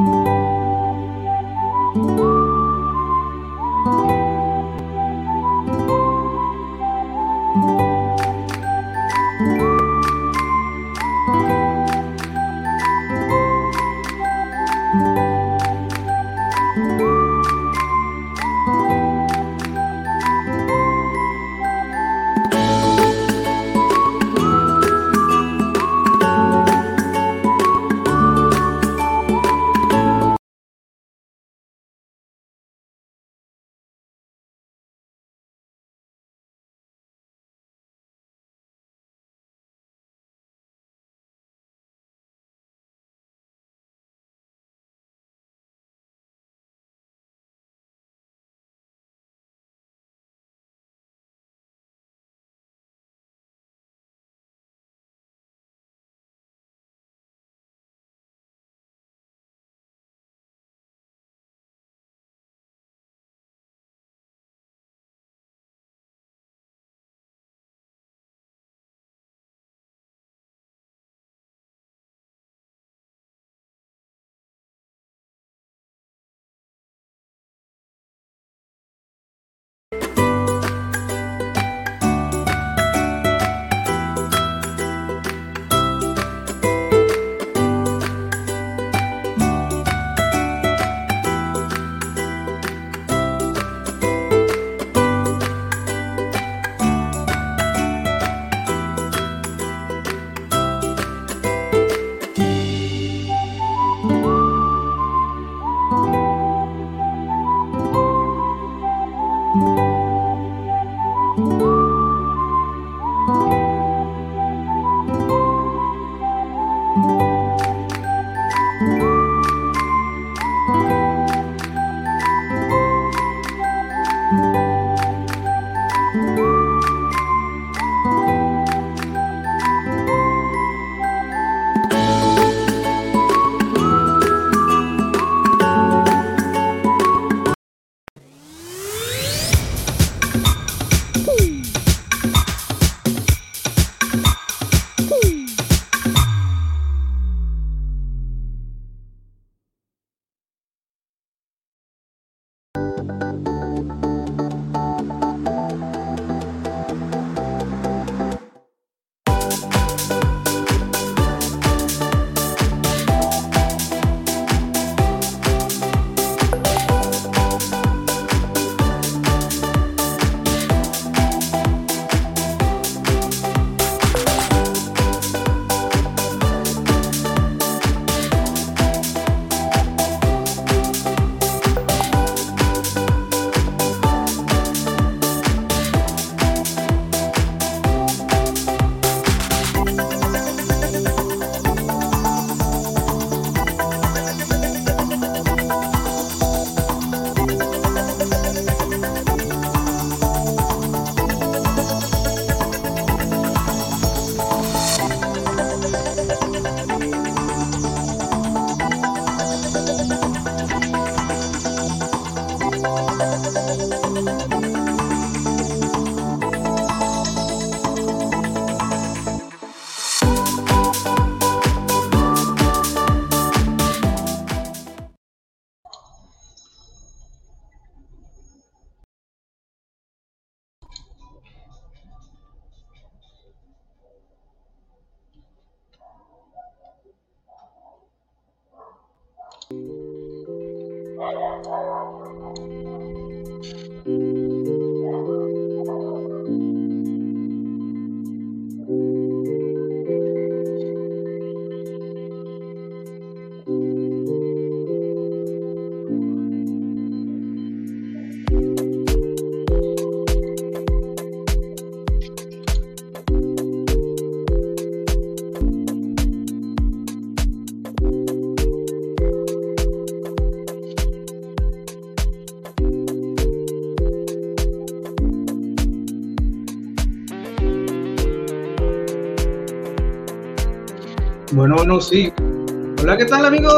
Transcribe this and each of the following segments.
Bueno, sí. Hola, ¿qué tal, amigos?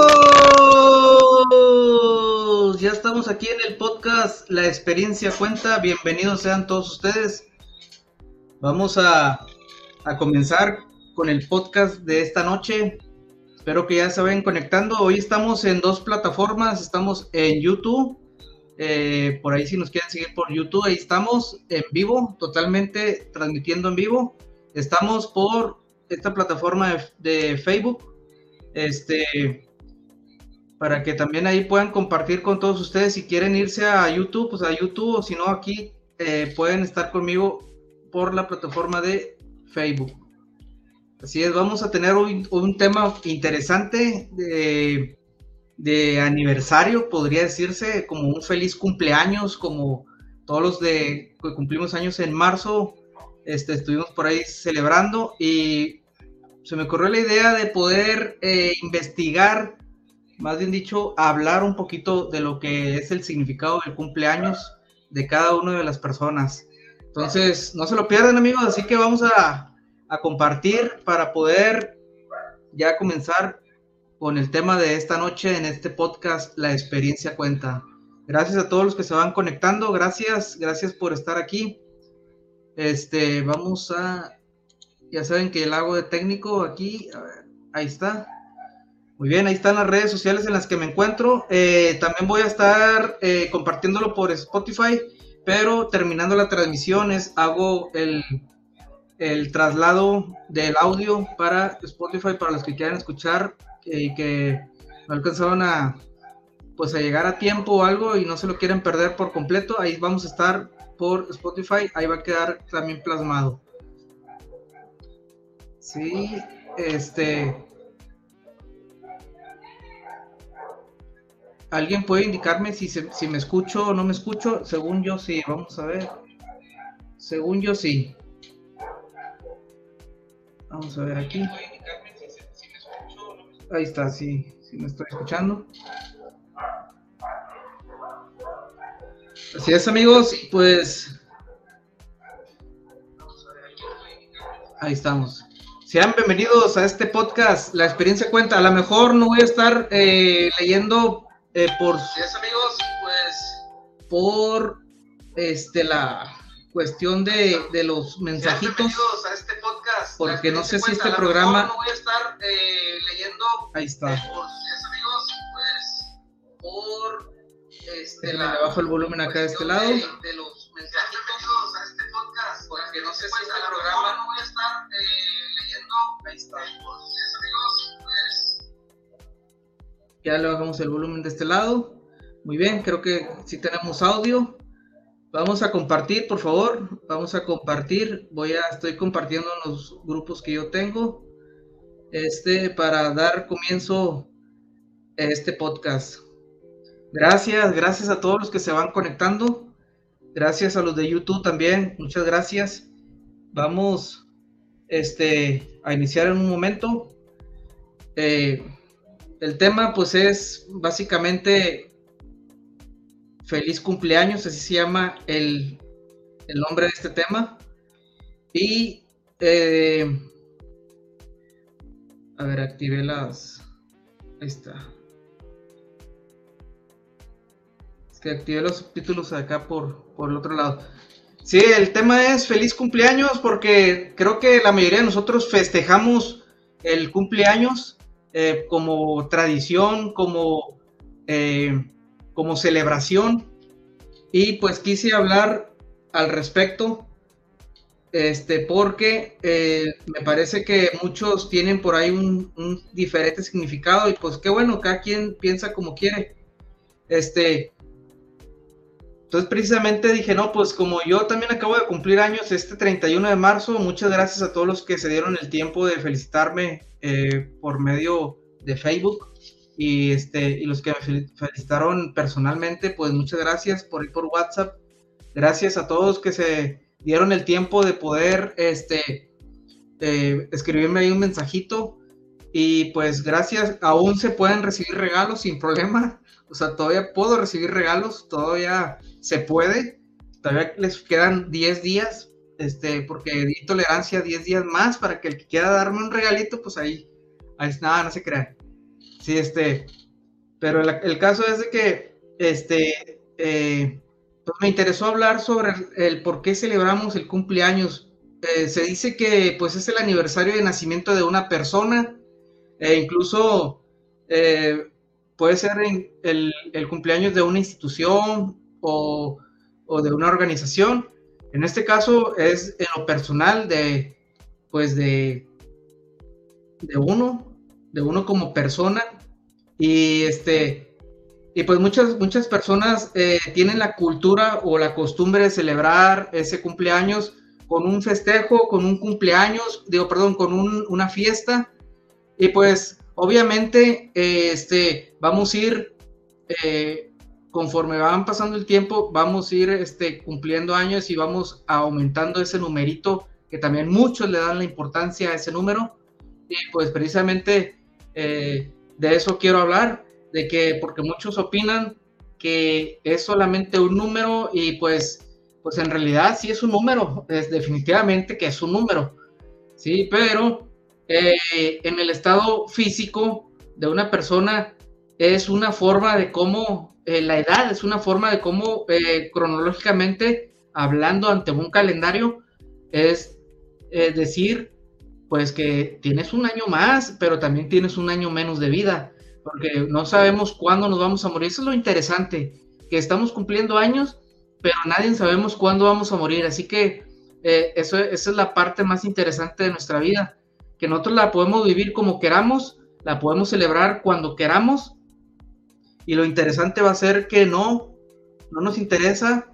Ya estamos aquí en el podcast La Experiencia Cuenta. Bienvenidos sean todos ustedes. Vamos a comenzar con el podcast de esta noche. Espero que ya se vayan conectando. Hoy estamos en dos plataformas. Estamos en YouTube. Por ahí si nos quieren seguir por YouTube, ahí estamos en vivo, totalmente transmitiendo en vivo. Estamos por esta plataforma de Facebook. Para que también ahí puedan compartir con todos ustedes. Si quieren irse a YouTube, pues a YouTube, o si no aquí pueden estar conmigo por la plataforma de Facebook. Así es, vamos a tener un tema interesante de aniversario, podría decirse, como un feliz cumpleaños, como todos los que cumplimos años en marzo, estuvimos por ahí celebrando y se me ocurrió la idea de poder investigar, más bien dicho, hablar un poquito de lo que es el significado del cumpleaños de cada una de las personas. Entonces, no se lo pierdan, amigos, así que vamos a compartir para poder ya comenzar con el tema de esta noche en este podcast, La Experiencia Cuenta. Gracias a todos los que se van conectando, gracias por estar aquí. Vamos a, ya saben que el hago de técnico aquí, a ver, ahí está. Muy bien, ahí están las redes sociales en las que me encuentro. También voy a estar compartiéndolo por Spotify, pero terminando la transmisión hago el traslado del audio para Spotify para los que quieran escuchar y que no alcanzaron a llegar a tiempo o algo y no se lo quieren perder por completo. Ahí vamos a estar por Spotify, ahí va a quedar también plasmado. Sí, ¿alguien puede indicarme si me escucho o no me escucho? Según yo sí, vamos a ver. Según yo sí. Vamos a ver aquí. Ahí está, sí me estoy escuchando. Así es, amigos, pues ahí estamos. Sean bienvenidos a este podcast, La Experiencia Cuenta. A lo mejor no voy a estar leyendo por... Así es, amigos, pues por la cuestión de los mensajitos. Sean bienvenidos a este podcast, porque no sé si este programa... No voy a estar leyendo... Ahí está. Por, amigos, pues por... le bajo el volumen acá de este lado. De los mensajitos a este podcast, porque no sé si este programa... No voy a estar leyendo... Ahí está. Por, amigos, pues... Ya le bajamos el volumen de este lado. Muy bien, creo que sí tenemos audio. Vamos a compartir, por favor. Vamos a compartir. Estoy compartiendo en los grupos que yo tengo. Para dar comienzo a este podcast. Gracias a todos los que se van conectando. Gracias a los de YouTube también. Muchas gracias. Vamos a iniciar en un momento. El tema pues es básicamente feliz cumpleaños, así se llama el nombre de este tema. Y a ver, activé las... Ahí está. Es que activé los subtítulos acá por el otro lado. Sí, el tema es feliz cumpleaños porque creo que la mayoría de nosotros festejamos el cumpleaños como tradición, como celebración. Y pues quise hablar al respecto porque me parece que muchos tienen por ahí un diferente significado y pues qué bueno, cada quien piensa como quiere. Entonces precisamente dije, no, pues como yo también acabo de cumplir años 31 de marzo, muchas gracias a todos los que se dieron el tiempo de felicitarme por medio de Facebook y los que me felicitaron personalmente, pues muchas gracias por WhatsApp. Gracias a todos que se dieron el tiempo de poder escribirme ahí un mensajito y pues gracias, aún se pueden recibir regalos sin problema, o sea, todavía puedo recibir regalos, todavía se puede, todavía les quedan 10 días, porque di tolerancia 10 días más para que el que quiera darme un regalito, pues ahí nada, no se crean. Sí, pero el caso es de que, pues me interesó hablar sobre el por qué celebramos el cumpleaños. Se dice que, pues, es el aniversario de nacimiento de una persona, incluso puede ser el cumpleaños de una institución o de una organización. En este caso es en lo personal pues de uno como persona. Y pues muchas personas tienen la cultura o la costumbre de celebrar ese cumpleaños con un festejo, con un cumpleaños, con una fiesta. Y pues obviamente vamos a ir, conforme van pasando el tiempo, vamos a ir cumpliendo años y vamos aumentando ese numerito, que también muchos le dan la importancia a ese número. Y pues precisamente de eso quiero hablar, de que porque muchos opinan que es solamente un número y pues en realidad sí es un número, es definitivamente que es un número, sí, pero en el estado físico de una persona es una forma de cómo, la edad es una forma de cómo cronológicamente hablando ante un calendario es decir pues que tienes un año más, pero también tienes un año menos de vida, porque no sabemos cuándo nos vamos a morir. Eso es lo interesante, que estamos cumpliendo años, pero nadie sabemos cuándo vamos a morir, así que esa es la parte más interesante de nuestra vida, que nosotros la podemos vivir como queramos, la podemos celebrar cuando queramos, y lo interesante va a ser que no nos interesa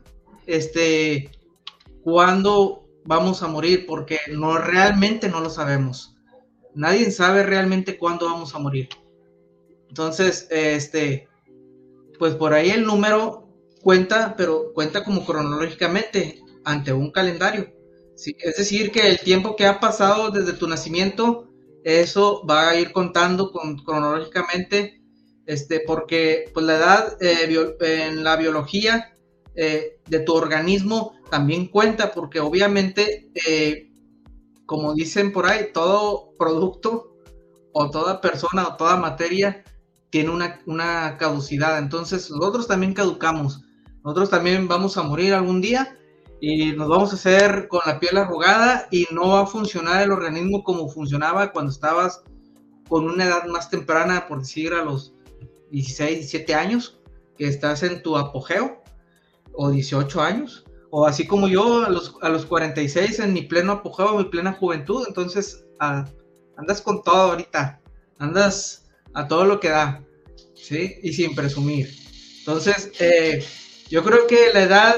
cuándo vamos a morir, porque realmente no lo sabemos. Nadie sabe realmente cuándo vamos a morir. Entonces, pues por ahí el número cuenta, pero cuenta como cronológicamente ante un calendario. ¿Sí? Es decir, que el tiempo que ha pasado desde tu nacimiento, eso va a ir contando cronológicamente, porque pues la edad en la biología de tu organismo también cuenta, porque obviamente, como dicen por ahí, todo producto o toda persona o toda materia tiene una caducidad. Entonces nosotros también caducamos, nosotros también vamos a morir algún día y nos vamos a hacer con la piel arrugada y no va a funcionar el organismo como funcionaba cuando estabas con una edad más temprana, por decir a los 16, 17 años, que estás en tu apogeo, o 18 años, o así como yo a los 46 en mi pleno apogeo, mi plena juventud. Entonces andas con todo ahorita, andas a todo lo que da, ¿sí? Y sin presumir. Entonces yo creo que la edad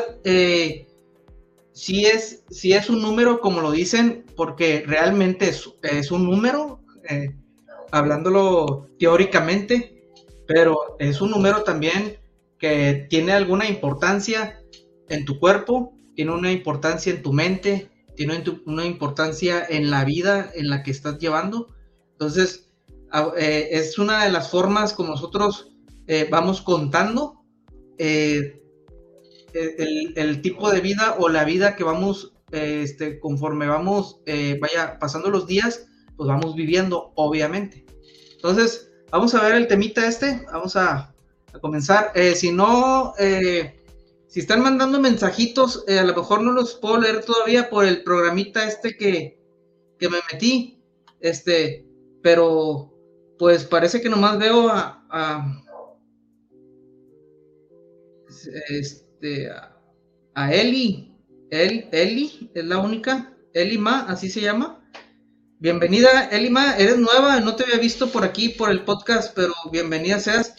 sí es un número, como lo dicen, porque realmente es un número, hablándolo teóricamente, pero es un número también que tiene alguna importancia en tu cuerpo, tiene una importancia en tu mente, tiene una importancia en la vida en la que estás llevando. Entonces, es una de las formas como nosotros vamos contando el tipo de vida o la vida que vamos, conforme vamos vaya pasando los días, pues vamos viviendo, obviamente. Entonces, vamos a ver el temita vamos a comenzar. Si no, si están mandando mensajitos, a lo mejor no los puedo leer todavía por el programita que me metí, pero pues parece que nomás veo a Eli. Eli es la única, Eli Ma, así se llama. Bienvenida, Eli Ma, eres nueva, no te había visto por aquí por el podcast, pero bienvenida seas.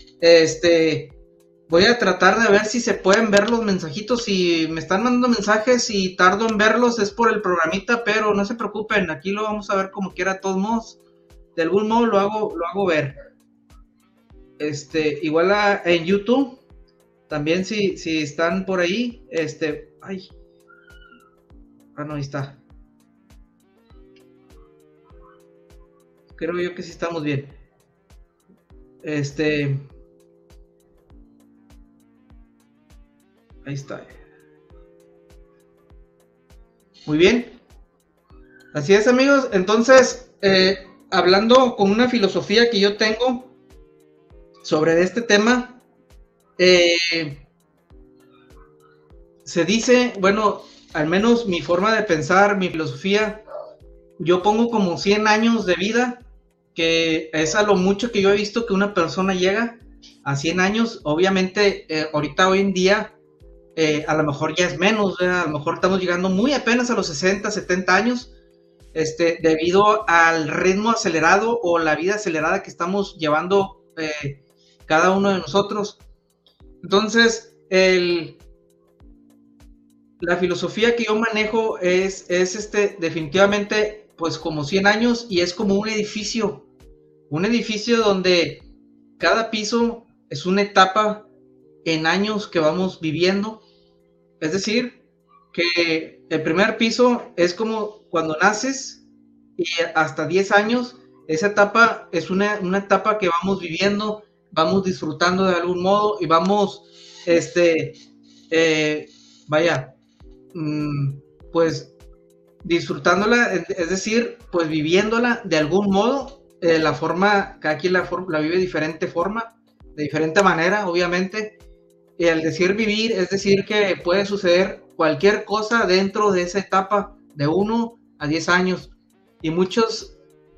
Voy a tratar de ver si se pueden ver los mensajitos. Si me están mandando mensajes y tardo en verlos es por el programita, pero no se preocupen, aquí lo vamos a ver como quiera, de todos modos. De algún modo lo hago ver. Igual en YouTube, también si están por ahí, ay, no, ahí está. Creo yo que sí estamos bien. Ahí está. Muy bien. Así es, amigos. Entonces, hablando con una filosofía que yo tengo sobre este tema, se dice, bueno, al menos mi forma de pensar, mi filosofía, yo pongo como 100 años de vida que es a lo mucho que yo he visto que una persona llega a 100 años. Obviamente, ahorita hoy en día, a lo mejor ya es menos, a lo mejor estamos llegando muy apenas a los 60, 70 años, debido al ritmo acelerado o la vida acelerada que estamos llevando cada uno de nosotros. Entonces, la filosofía que yo manejo es definitivamente pues como 100 años, y es como un edificio donde cada piso es una etapa en años que vamos viviendo. Es decir, que el primer piso es como cuando naces, y hasta 10 años, esa etapa es una etapa que vamos viviendo, vamos disfrutando de algún modo, y vamos, pues disfrutándola, es decir, pues viviéndola de algún modo, la forma, cada quien la vive de diferente forma, de diferente manera, obviamente. Y al decir vivir, es decir que puede suceder cualquier cosa dentro de esa etapa de 1 a 10 años. Y muchos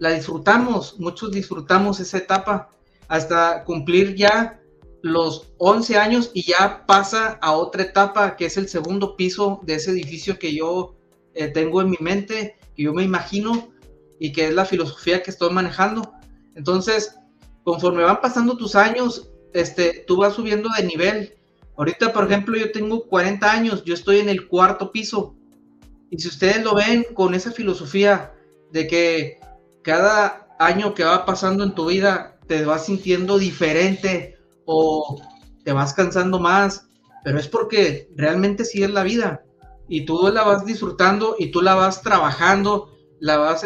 disfrutamos esa etapa hasta cumplir ya los 11 años, y ya pasa a otra etapa que es el segundo piso de ese edificio que yo tengo en mi mente, que yo me imagino, y que es la filosofía que estoy manejando. Entonces, conforme van pasando tus años, tú vas subiendo de nivel. Ahorita, por ejemplo, yo tengo 40 años, yo estoy en el cuarto piso, y si ustedes lo ven con esa filosofía de que cada año que va pasando en tu vida te vas sintiendo diferente o te vas cansando más, pero es porque realmente sí es la vida, y tú la vas disfrutando y tú la vas trabajando, la vas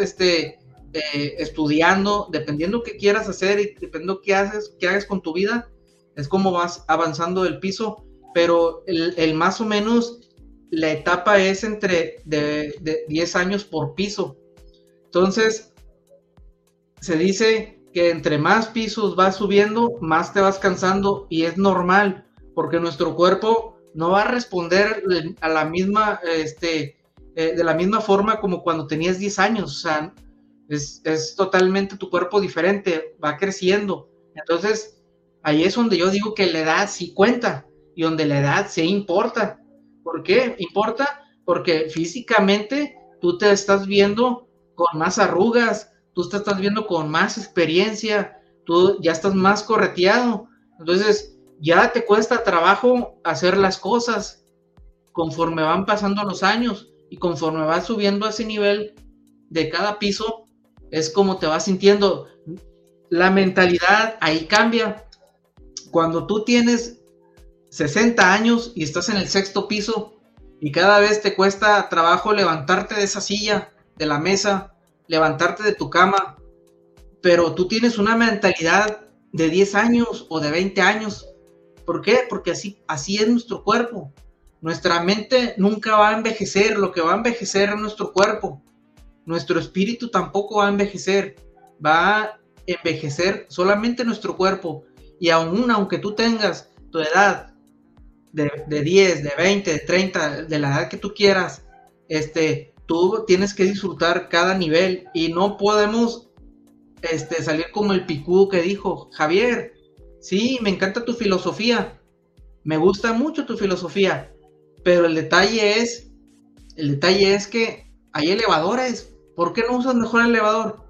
estudiando, dependiendo qué quieras hacer y dependiendo qué hagas con tu vida, es como vas avanzando del piso. Pero el más o menos la etapa es entre de 10 años por piso. Entonces se dice que entre más pisos vas subiendo, más te vas cansando, y es normal, porque nuestro cuerpo no va a responder a la misma, de la misma forma como cuando tenías 10 años. O sea, es totalmente tu cuerpo diferente, va creciendo. Entonces, ahí es donde yo digo que la edad sí cuenta, y donde la edad sí importa. ¿Por qué importa? Porque físicamente tú te estás viendo con más arrugas, tú te estás viendo con más experiencia, tú ya estás más correteado. Entonces, ya te cuesta trabajo hacer las cosas conforme van pasando los años, y conforme vas subiendo a ese nivel de cada piso, es como te vas sintiendo. La mentalidad ahí cambia. Cuando tú tienes 60 años y estás en el sexto piso, y cada vez te cuesta trabajo levantarte de esa silla, de la mesa, levantarte de tu cama, pero tú tienes una mentalidad de 10 años o de 20 años. ¿Por qué? Porque así es nuestro cuerpo. Nuestra mente nunca va a envejecer, lo que va a envejecer es nuestro cuerpo. Nuestro espíritu tampoco va a envejecer, va a envejecer solamente nuestro cuerpo. Y aunque tú tengas tu edad de 10, de 20, de 30, de la edad que tú quieras, tú tienes que disfrutar cada nivel, y no podemos salir como el picudo que dijo: Javier, sí, me encanta tu filosofía, me gusta mucho tu filosofía, pero el detalle es que hay elevadores. ¿Por qué no usas mejor el elevador?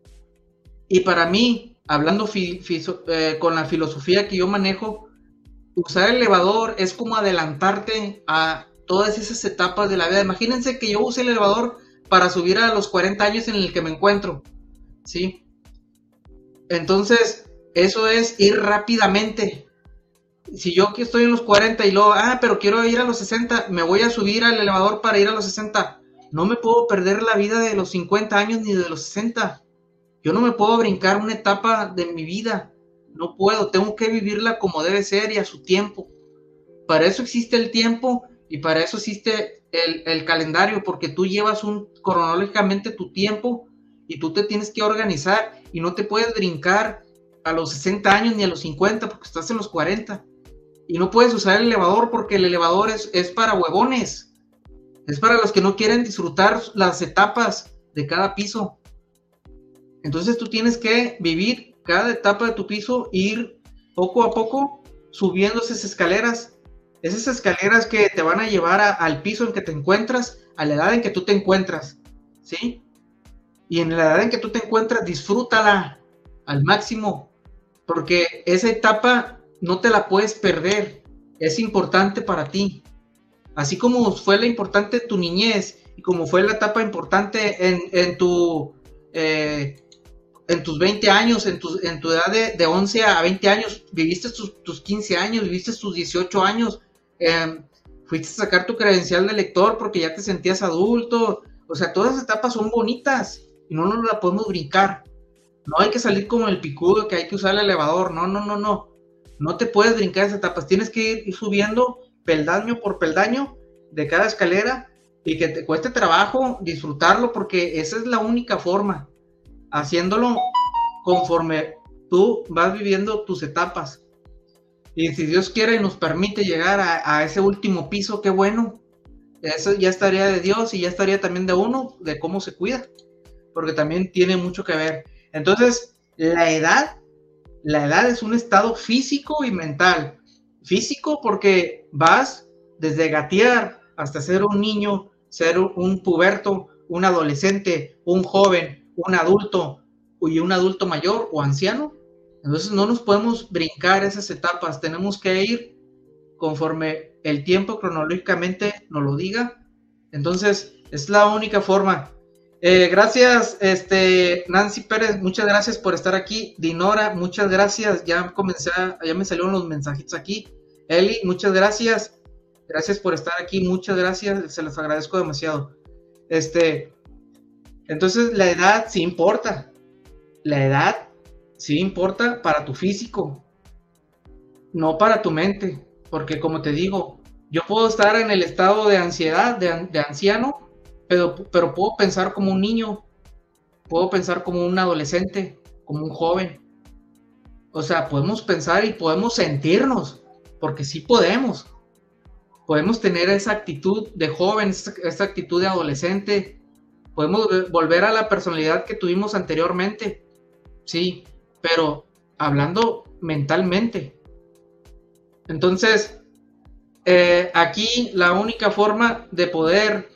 Y para mí, hablando con la filosofía que yo manejo, usar el elevador es como adelantarte a todas esas etapas de la vida. Imagínense que yo use el elevador para subir a los 40 años en el que me encuentro, ¿sí? Entonces, eso es ir rápidamente. Si yo aquí estoy en los 40 y luego, pero quiero ir a los 60, me voy a subir al elevador para ir a los 60. No me puedo perder la vida de los 50 años ni de los 60. Yo no me puedo brincar una etapa de mi vida. No puedo, tengo que vivirla como debe ser y a su tiempo. Para eso existe el tiempo y para eso existe el calendario, porque tú llevas cronológicamente tu tiempo y tú te tienes que organizar, y no te puedes brincar a los 60 años ni a los 50 porque estás en los 40. Y no puedes usar el elevador porque el elevador es para huevones. Es para los que no quieren disfrutar las etapas de cada piso. Entonces tú tienes que vivir cada etapa de tu piso, ir poco a poco subiendo esas escaleras que te van a llevar al piso en que te encuentras, a la edad en que tú te encuentras, ¿sí? Y en la edad en que tú te encuentras, disfrútala al máximo, porque esa etapa no te la puedes perder, es importante para ti. Así como fue la importante tu niñez y como fue la etapa importante en tus 20 años, en tu edad de 11 a 20 años, viviste tus 15 años, viviste tus 18 años, fuiste a sacar tu credencial de lector porque ya te sentías adulto. O sea, todas las etapas son bonitas y no nos la podemos brincar. No hay que salir como el picudo que hay que usar el elevador. No te puedes brincar esas etapas. Tienes que ir subiendo peldaño por peldaño de cada escalera y que te cueste trabajo disfrutarlo, porque esa es la única forma, haciéndolo conforme tú vas viviendo tus etapas. Y si Dios quiere y nos permite llegar a ese último piso, qué bueno. Eso ya estaría de Dios y ya estaría también de uno, de cómo se cuida, porque también tiene mucho que ver. Entonces, la edad es un estado físico y mental. Físico porque vas desde gatear hasta ser un niño, ser un puberto, un adolescente, un joven, un adulto y un adulto mayor o anciano. Entonces no nos podemos brincar esas etapas, tenemos que ir conforme el tiempo cronológicamente nos lo diga. Entonces es la única forma. Gracias, Nancy Pérez, muchas gracias por estar aquí. Dinora, muchas gracias, ya me salieron los mensajitos aquí. Eli, muchas gracias por estar aquí, muchas gracias, se los agradezco demasiado. Entonces la edad sí importa, para tu físico, no para tu mente, porque como te digo, yo puedo estar en el estado de ansiedad, de anciano, pero puedo pensar como un niño, puedo pensar como un adolescente, como un joven. O sea, podemos pensar y podemos sentirnos, porque sí podemos tener esa actitud de joven, esa actitud de adolescente, podemos volver a la personalidad que tuvimos anteriormente, sí, pero hablando mentalmente. Entonces, aquí la única forma de poder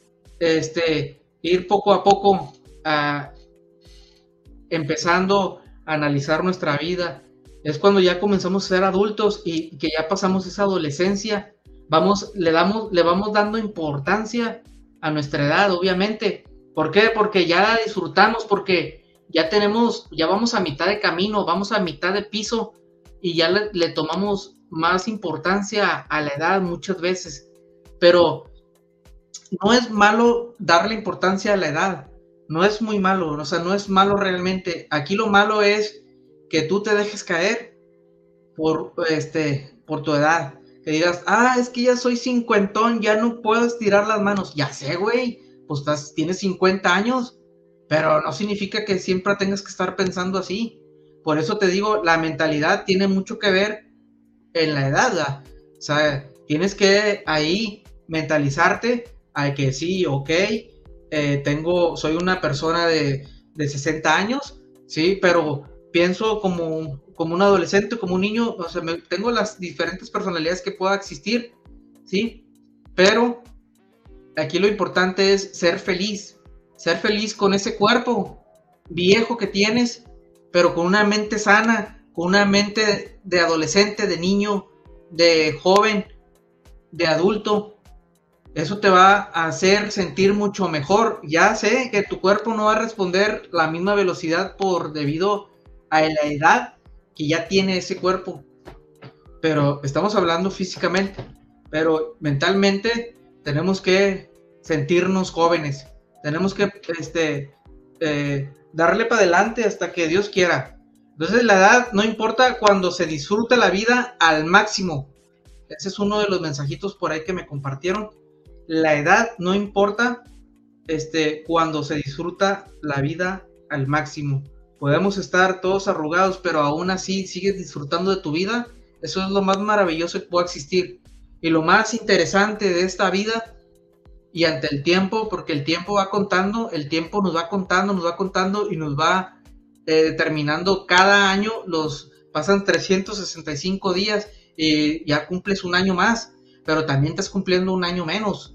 ir poco a poco empezando a analizar nuestra vida es cuando ya comenzamos a ser adultos y que ya pasamos esa adolescencia. Le vamos dando importancia a nuestra edad, obviamente. ¿Por qué? Porque ya la disfrutamos, porque ya vamos a mitad de camino, vamos a mitad de piso y ya le tomamos más importancia a la edad muchas veces. Pero no es malo darle importancia a la edad, no es muy malo, o sea, no es malo realmente. Aquí lo malo es que tú te dejes caer por tu edad, que digas, es que ya soy cincuentón, ya no puedo estirar las manos. Ya sé, güey, pues tienes 50 años, pero no significa que siempre tengas que estar pensando así. Por eso te digo, la mentalidad tiene mucho que ver en la edad, ¿verdad? O sea, tienes que ahí mentalizarte a que sí, ok, soy una persona de 60 años, sí, pero pienso como un adolescente, como un niño. O sea, tengo las diferentes personalidades que pueda existir, sí, pero aquí lo importante es ser feliz con ese cuerpo viejo que tienes, pero con una mente sana, con una mente de adolescente, de niño, de joven, de adulto. Eso te va a hacer sentir mucho mejor. Ya sé que tu cuerpo no va a responder la misma velocidad debido a la edad que ya tiene ese cuerpo, pero estamos hablando físicamente, pero mentalmente tenemos que sentirnos jóvenes, tenemos que darle para adelante hasta que Dios quiera. Entonces la edad no importa cuando se disfruta la vida al máximo. Ese es uno de los mensajitos por ahí que me compartieron. La edad no importa cuando se disfruta la vida al máximo. Podemos estar todos arrugados, pero aún así sigues disfrutando de tu vida. Eso es lo más maravilloso que puede existir. Y lo más interesante de esta vida y ante el tiempo, porque el tiempo va contando, el tiempo nos va contando y nos va determinando cada año, pasan 365 días y ya cumples un año más, pero también estás cumpliendo un año menos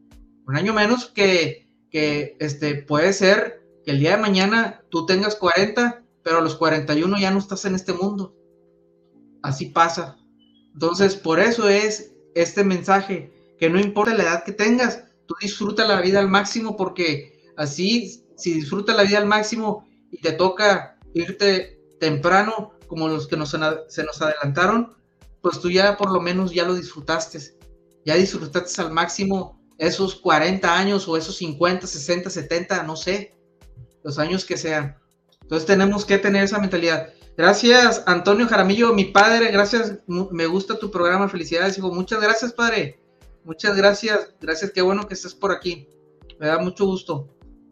que puede ser que el día de mañana tú tengas 40, pero a los 41 ya no estás en este mundo. Así pasa. Entonces, por eso es este mensaje, que no importa la edad que tengas, tú disfruta la vida al máximo, porque así, si disfrutas la vida al máximo y te toca irte temprano, como los que se nos adelantaron, pues tú ya por lo menos ya lo disfrutaste. Ya disfrutaste al máximo esos 40 años o esos 50, 60, 70, no sé, los años que sean. Entonces tenemos que tener esa mentalidad. Gracias, Antonio Jaramillo, mi padre, gracias, me gusta tu programa, felicidades, hijo. Muchas gracias, padre. Muchas gracias, qué bueno que estés por aquí. Me da mucho gusto.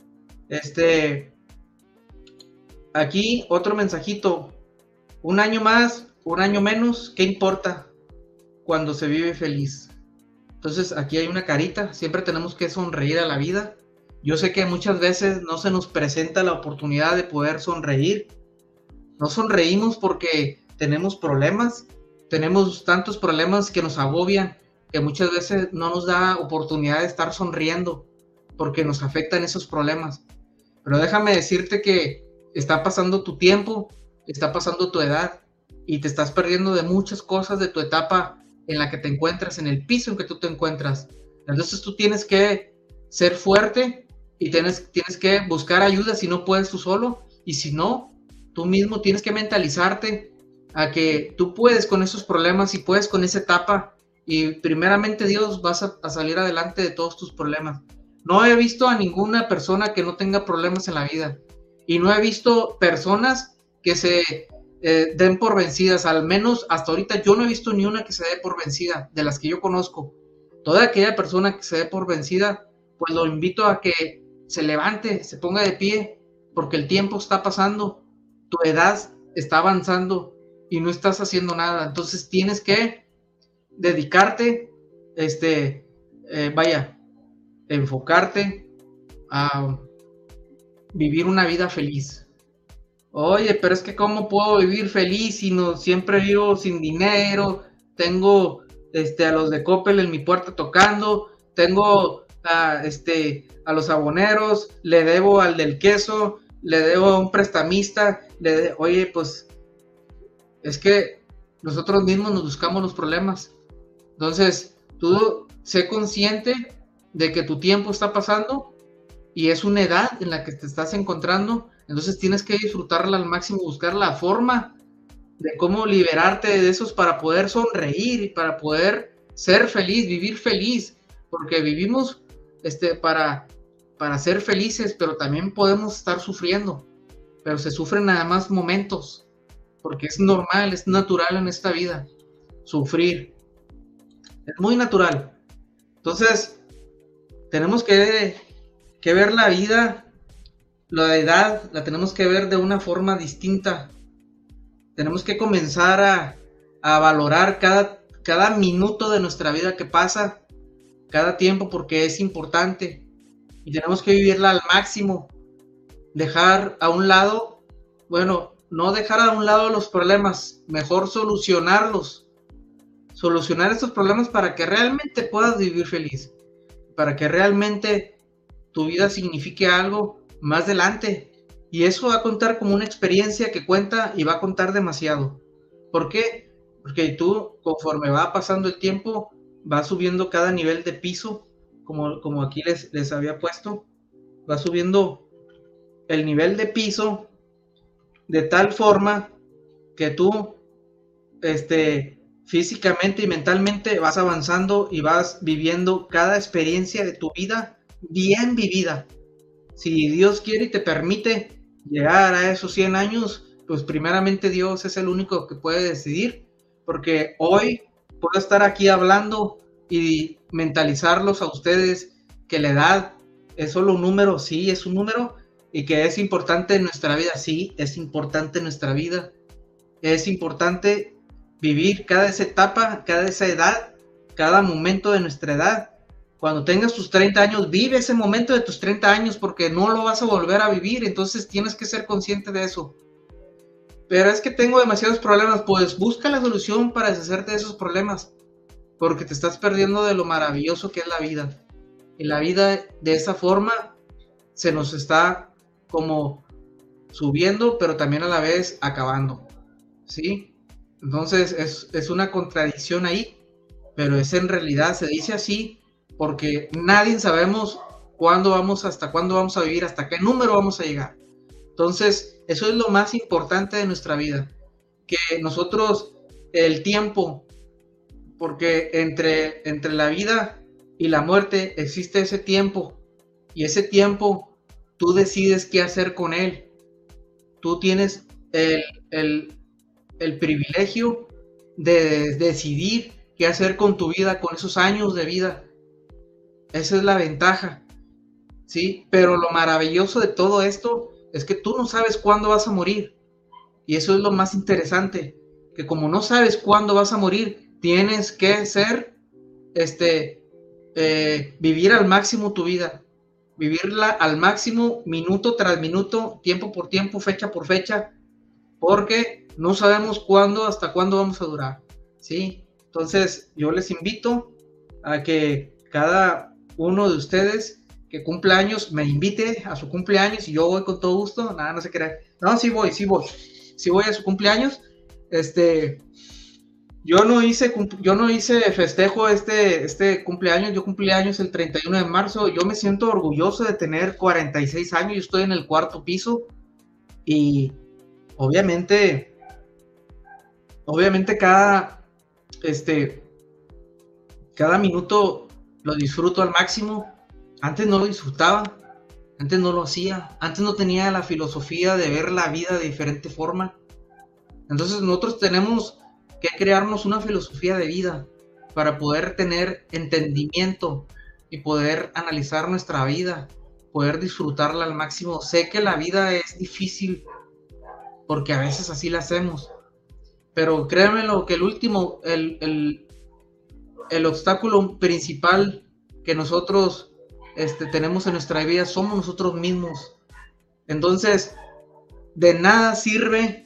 Aquí otro mensajito. Un año más, un año menos, ¿qué importa cuando se vive feliz? Entonces aquí hay una carita, siempre tenemos que sonreír a la vida. Yo sé que muchas veces no se nos presenta la oportunidad de poder sonreír. No sonreímos porque tenemos problemas, tenemos tantos problemas que nos agobian, que muchas veces no nos da oportunidad de estar sonriendo porque nos afectan esos problemas. Pero déjame decirte que está pasando tu tiempo, está pasando tu edad y te estás perdiendo de muchas cosas de tu etapa en la que te encuentras, en el piso en que tú te encuentras. Entonces tú tienes que ser fuerte y tienes que buscar ayuda si no puedes tú solo, y si no, tú mismo tienes que mentalizarte a que tú puedes con esos problemas y puedes con esa etapa, y primeramente Dios vas a salir adelante de todos tus problemas. No he visto a ninguna persona que no tenga problemas en la vida, y no he visto personas que se den por vencidas. Al menos hasta ahorita yo no he visto ni una que se dé por vencida de las que yo conozco. Toda aquella persona que se dé por vencida, pues lo invito a que se levante, se ponga de pie, porque el tiempo está pasando, tu edad está avanzando y no estás haciendo nada. Entonces tienes que dedicarte, enfocarte a vivir una vida feliz. Oye, pero es que ¿cómo puedo vivir feliz si no siempre vivo sin dinero? Tengo a los de Coppel en mi puerta tocando, tengo a los aboneros, le debo al del queso, le debo a un prestamista, oye, pues es que nosotros mismos nos buscamos los problemas. Entonces, tú sé consciente de que tu tiempo está pasando y es una edad en la que te estás encontrando. Entonces tienes que disfrutarla al máximo, buscar la forma de cómo liberarte de esos para poder sonreír y para poder ser feliz, vivir feliz, porque vivimos para ser felices, pero también podemos estar sufriendo, pero se sufren nada más momentos, porque es normal, es natural en esta vida, sufrir, es muy natural. Entonces tenemos que ver la vida, la edad, la tenemos que ver de una forma distinta. Tenemos que comenzar a valorar cada minuto de nuestra vida que pasa, cada tiempo, porque es importante. Y tenemos que vivirla al máximo. Dejar a un lado, no dejar a un lado los problemas, mejor solucionarlos. Solucionar estos problemas para que realmente puedas vivir feliz. Para que realmente tu vida signifique algo más adelante, y eso va a contar como una experiencia que cuenta y va a contar demasiado. ¿Por qué? Porque tú, conforme va pasando el tiempo, va subiendo cada nivel de piso, como aquí les había puesto, va subiendo el nivel de piso de tal forma que tú físicamente y mentalmente vas avanzando y vas viviendo cada experiencia de tu vida bien vivida. Si Dios quiere y te permite llegar a esos 100 años, pues primeramente Dios es el único que puede decidir, porque hoy puedo estar aquí hablando y mentalizarlos a ustedes que la edad es solo un número, sí, es un número, y que es importante en nuestra vida, sí, es importante en nuestra vida, es importante vivir cada esa etapa, cada esa edad, cada momento de nuestra edad, Cuando tengas tus 30 años, vive ese momento de tus 30 años porque no lo vas a volver a vivir, entonces tienes que ser consciente de eso. Pero es que tengo demasiados problemas, pues busca la solución para deshacerte de esos problemas, porque te estás perdiendo de lo maravilloso que es la vida. Y la vida de esa forma se nos está como subiendo, pero también a la vez acabando, ¿sí? Entonces es una contradicción ahí, pero es en realidad, se dice así, porque nadie sabemos hasta cuándo vamos a vivir, hasta qué número vamos a llegar. Entonces, eso es lo más importante de nuestra vida, que nosotros, el tiempo, porque entre la vida y la muerte existe ese tiempo, y ese tiempo tú decides qué hacer con él. Tú tienes el privilegio de decidir qué hacer con tu vida, con esos años de vida. Esa es la ventaja, ¿sí? Pero lo maravilloso de todo esto es que tú no sabes cuándo vas a morir. Y eso es lo más interesante, que como no sabes cuándo vas a morir, tienes que vivir al máximo tu vida. Vivirla al máximo, minuto tras minuto, tiempo por tiempo, fecha por fecha, porque no sabemos hasta cuándo vamos a durar, ¿sí? Entonces, yo les invito a que cada uno de ustedes que cumpla años me invite a su cumpleaños y yo voy con todo gusto. Nada, no se crea. No, sí voy a su cumpleaños. Yo no hice festejo este cumpleaños. Yo cumplí años el 31 de marzo. Yo me siento orgulloso de tener 46 años. Yo estoy en el 4º piso y obviamente cada minuto lo disfruto al máximo. Antes no lo disfrutaba, antes no lo hacía, antes no tenía la filosofía de ver la vida de diferente forma. Entonces nosotros tenemos que crearnos una filosofía de vida para poder tener entendimiento y poder analizar nuestra vida, poder disfrutarla al máximo. Sé que la vida es difícil porque a veces así la hacemos, pero créanmelo que el obstáculo principal que nosotros tenemos en nuestra vida somos nosotros mismos. Entonces, de nada sirve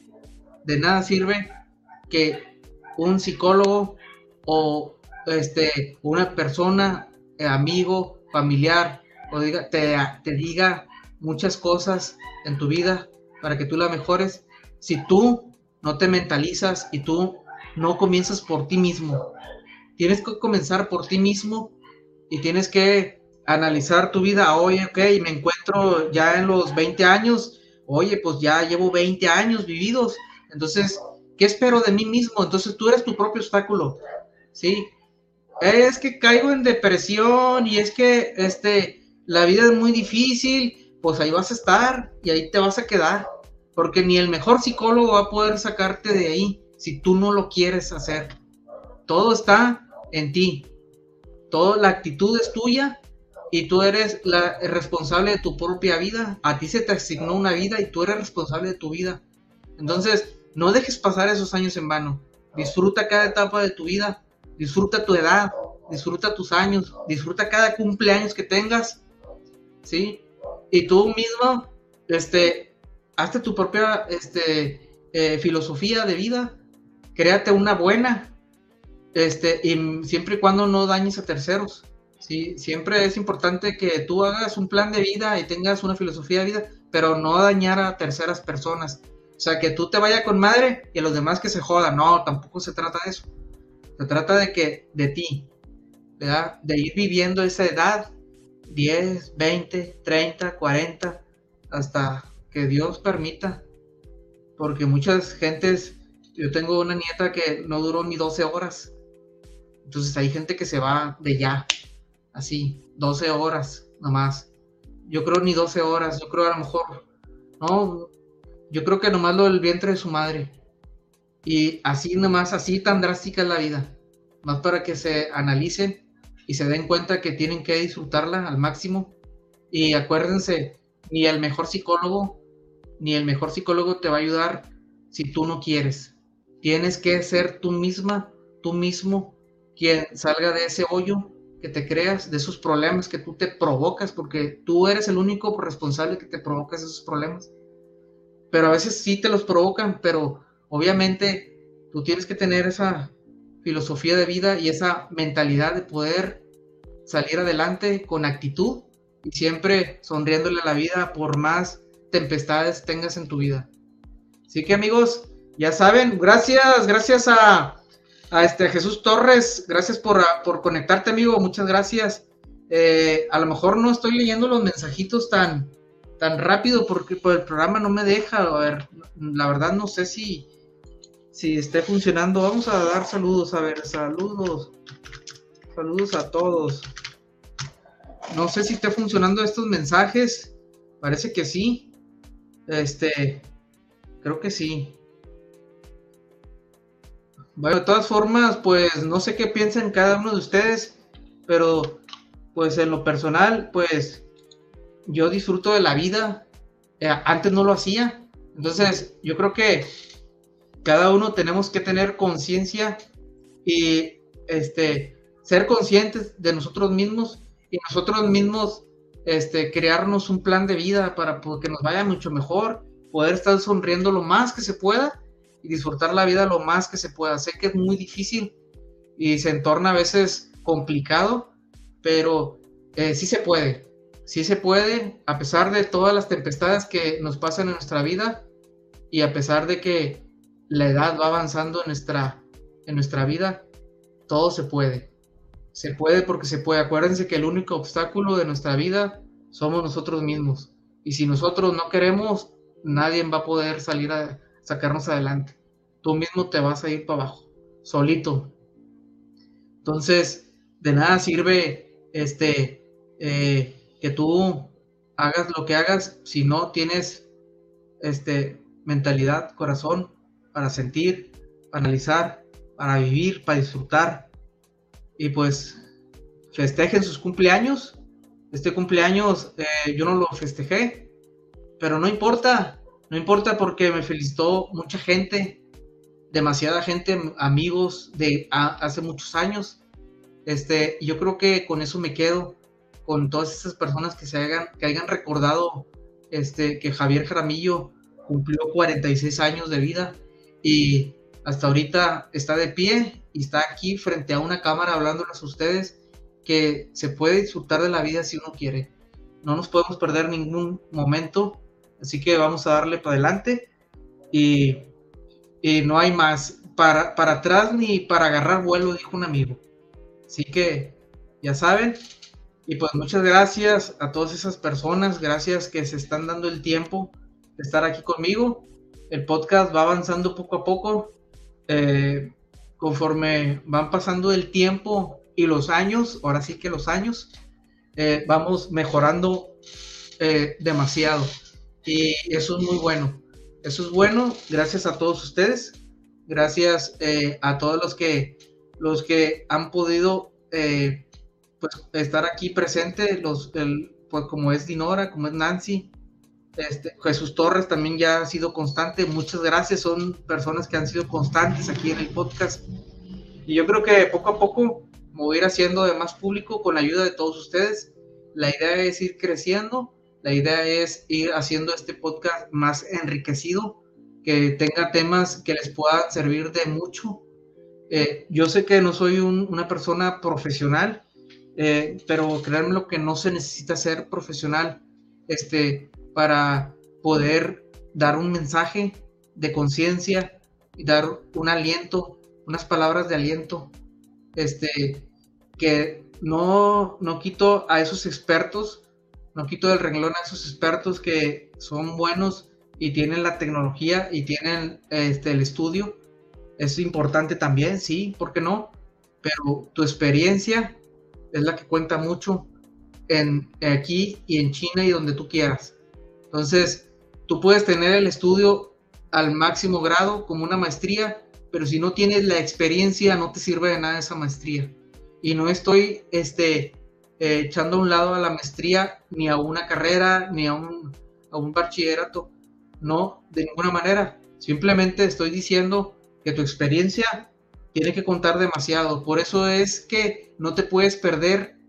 que un psicólogo o una persona, amigo, familiar, te diga muchas cosas en tu vida para que tú la mejores, si tú no te mentalizas y tú no comienzas por ti mismo. Tienes que comenzar por ti mismo y tienes que analizar tu vida. Oye, ok, me encuentro ya en los 20 años, oye, pues ya llevo 20 años vividos, entonces, ¿qué espero de mí mismo? Entonces tú eres tu propio obstáculo, ¿sí? Es que caigo en depresión y es que la vida es muy difícil, pues ahí vas a estar y ahí te vas a quedar, porque ni el mejor psicólogo va a poder sacarte de ahí si tú no lo quieres hacer. Todo está en ti, toda la actitud es tuya y tú eres el responsable de tu propia vida. A ti se te asignó una vida y tú eres responsable de tu vida. Entonces, no dejes pasar esos años en vano. Disfruta cada etapa de tu vida, disfruta tu edad, disfruta tus años, disfruta cada cumpleaños que tengas, ¿sí? Y tú mismo, hazte tu propia filosofía de vida, créate una buena, y siempre y cuando no dañes a terceros, ¿sí? Siempre es importante que tú hagas un plan de vida y tengas una filosofía de vida, pero no dañar a terceras personas. O sea, que tú te vayas con madre y a los demás que se jodan. No, tampoco se trata de eso. Se trata de ti, ¿verdad? De ir viviendo esa edad, 10, 20, 30, 40, hasta que Dios permita. Porque muchas gentes, yo tengo una nieta que no duró ni 12 horas. Entonces hay gente que se va de ya, así, 12 horas nomás. Yo creo ni 12 horas, yo creo a lo mejor, no, yo creo que nomás lo del vientre de su madre. Y así nomás, así tan drástica es la vida. Más para que se analicen y se den cuenta que tienen que disfrutarla al máximo. Y acuérdense, ni el mejor psicólogo te va a ayudar si tú no quieres. Tienes que ser tú misma, tú mismo, quien salga de ese hoyo que te creas, de esos problemas que tú te provocas, porque tú eres el único responsable que te provocas esos problemas. Pero a veces sí te los provocan, pero obviamente tú tienes que tener esa filosofía de vida y esa mentalidad de poder salir adelante con actitud y siempre sonriéndole a la vida por más tempestades tengas en tu vida. Así que amigos, ya saben, gracias a Jesús Torres, gracias por conectarte, amigo, muchas gracias. A lo mejor no estoy leyendo los mensajitos tan rápido porque el programa no me deja. A ver, la verdad no sé si esté funcionando. Vamos a dar saludos, a ver, saludos a todos. No sé si esté funcionando estos mensajes, parece que sí. Creo que sí. Bueno, de todas formas, pues no sé qué piensan cada uno de ustedes, pero pues en lo personal, pues yo disfruto de la vida. Antes no lo hacía. Entonces, yo creo que cada uno tenemos que tener conciencia y ser conscientes de nosotros mismos y nosotros mismos crearnos un plan de vida para que nos vaya mucho mejor, poder estar sonriendo lo más que se pueda y disfrutar la vida lo más que se pueda. Sé que es muy difícil y se entorna a veces complicado, pero sí se puede, a pesar de todas las tempestades que nos pasan en nuestra vida y a pesar de que la edad va avanzando en nuestra vida, todo se puede. Se puede porque se puede. Acuérdense que el único obstáculo de nuestra vida somos nosotros mismos. Y si nosotros no queremos, nadie va a poder salir a sacarnos adelante. Tú mismo te vas a ir para abajo, solito. Entonces, de nada sirve que tú hagas lo que hagas si no tienes mentalidad, corazón para sentir, para analizar, para vivir, para disfrutar. Y pues festejen sus cumpleaños. Este cumpleaños yo no lo festejé, pero no importa porque me felicitó mucha gente, demasiada gente, amigos de hace muchos años. Yo creo que con eso me quedo, con todas esas personas que hayan recordado que Javier Jaramillo cumplió 46 años de vida y hasta ahorita está de pie y está aquí frente a una cámara hablándoles a ustedes que se puede disfrutar de la vida si uno quiere. No nos podemos perder ningún momento, así que vamos a darle para adelante y no hay más para atrás ni para agarrar vuelo, dijo un amigo. Así que ya saben, y pues muchas gracias a todas esas personas, gracias que se están dando el tiempo de estar aquí conmigo. El podcast va avanzando poco a poco, conforme van pasando el tiempo y los años, ahora sí que los años, vamos mejorando demasiado y eso es muy bueno. Eso es bueno, gracias a todos ustedes, gracias a todos los que han podido pues estar aquí presentes, pues como es Dinora, como es Nancy, Jesús Torres también ya ha sido constante, muchas gracias, son personas que han sido constantes aquí en el podcast y yo creo que poco a poco me voy a ir haciendo de más público con la ayuda de todos ustedes. La idea es ir creciendo, la idea es ir haciendo este podcast más enriquecido, que tenga temas que les puedan servir de mucho. Yo sé que no soy una persona profesional, pero créanme lo que no se necesita ser profesional para poder dar un mensaje de conciencia y dar un aliento, unas palabras de aliento, que no quito a esos expertos, no quito del renglón a esos expertos que son buenos y tienen la tecnología y tienen el estudio. Es importante también, sí, ¿por qué no? Pero tu experiencia es la que cuenta mucho aquí y en China y donde tú quieras. Entonces, tú puedes tener el estudio al máximo grado como una maestría, pero si no tienes la experiencia no te sirve de nada esa maestría. Y no estoy echando a un lado a la maestría, ni a una carrera, ni a un bachillerato. No, de ninguna manera. Simplemente estoy diciendo que tu experiencia tiene que contar demasiado. Por eso es que no te puedes perder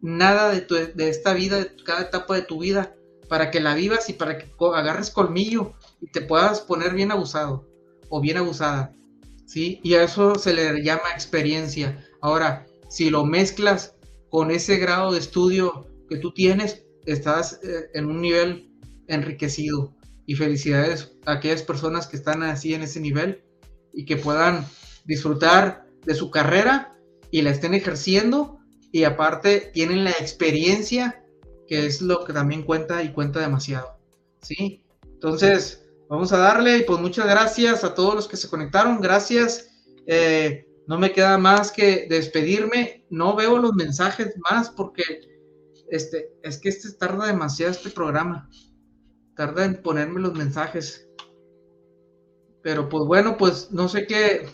nada de esta vida, de cada etapa de tu vida, para que la vivas y para que agarres colmillo y te puedas poner bien abusado o bien abusada, ¿sí? Y a eso se le llama experiencia. Ahora, si lo mezclas con ese grado de estudio que tú tienes, estás en un nivel enriquecido. Y felicidades a aquellas personas que están así en ese nivel y que puedan disfrutar de su carrera y la estén ejerciendo, y aparte tienen la experiencia, que es lo que también cuenta y cuenta demasiado, ¿sí? Entonces, vamos a darle, y pues muchas gracias a todos los que se conectaron, gracias. No me queda más que despedirme. No veo los mensajes más porque es que tarda demasiado este programa, tarda en ponerme los mensajes, pero pues bueno, pues no sé qué,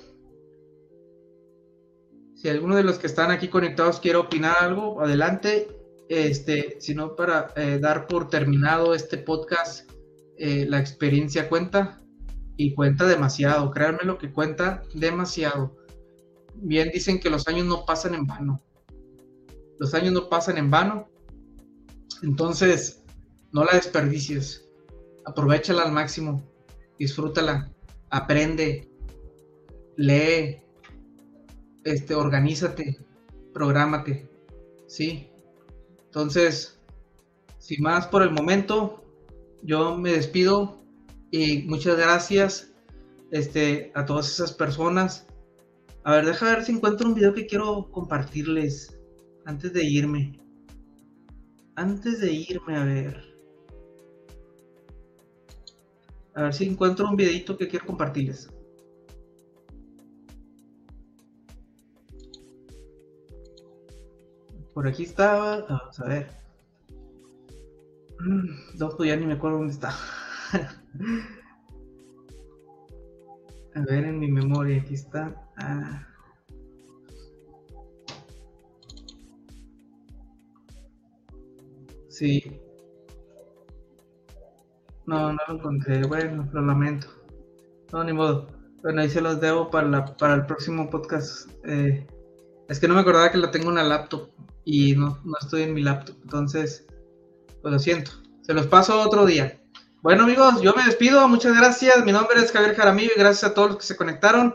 si alguno de los que están aquí conectados quiere opinar algo, adelante. Si no, para dar por terminado este podcast, la experiencia cuenta, y cuenta demasiado, créanme lo que cuenta demasiado. Bien dicen que los años no pasan en vano. Los años no pasan en vano. Entonces, no la desperdicies. Aprovéchala al máximo. Disfrútala. Aprende. Lee. Organízate. Prográmate. ¿Sí? Entonces, sin más por el momento, yo me despido. Y muchas gracias a todas esas personas. A ver, deja ver si encuentro un video que quiero compartirles antes de irme. A ver. A ver si encuentro un videito que quiero compartirles. Por aquí estaba. Vamos a ver. No, pues ya ni me acuerdo dónde está. A ver, en mi memoria, aquí está. Sí. No lo encontré. Bueno, lo lamento. No, ni modo. Bueno, ahí se los debo para el próximo podcast. Es que no me acordaba que la tengo en una laptop y no estoy en mi laptop. Entonces, pues lo siento. Se los paso otro día. Bueno, amigos, yo me despido. Muchas gracias. Mi nombre es Javier Jaramillo y gracias a todos los que se conectaron.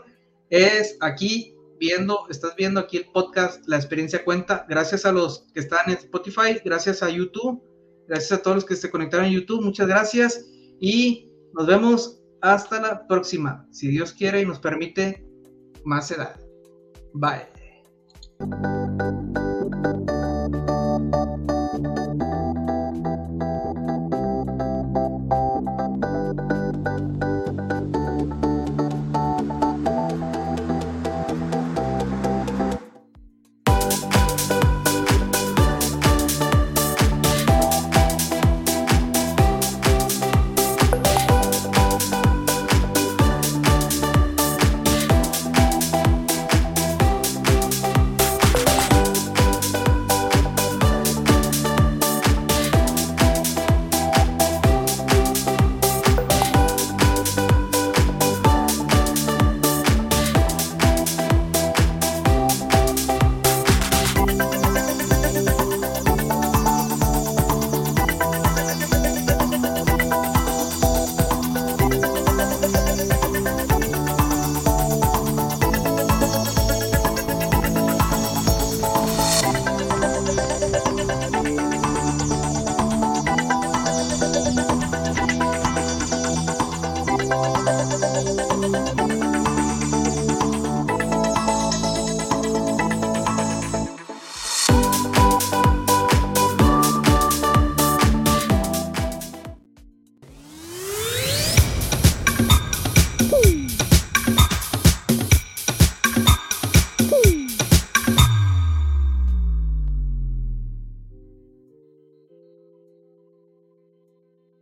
Estás viendo aquí el podcast La Experiencia Cuenta. Gracias a los que están en Spotify, gracias a YouTube, gracias a todos los que se conectaron en YouTube. Muchas gracias y nos vemos hasta la próxima. Si Dios quiere y nos permite más edad. Bye.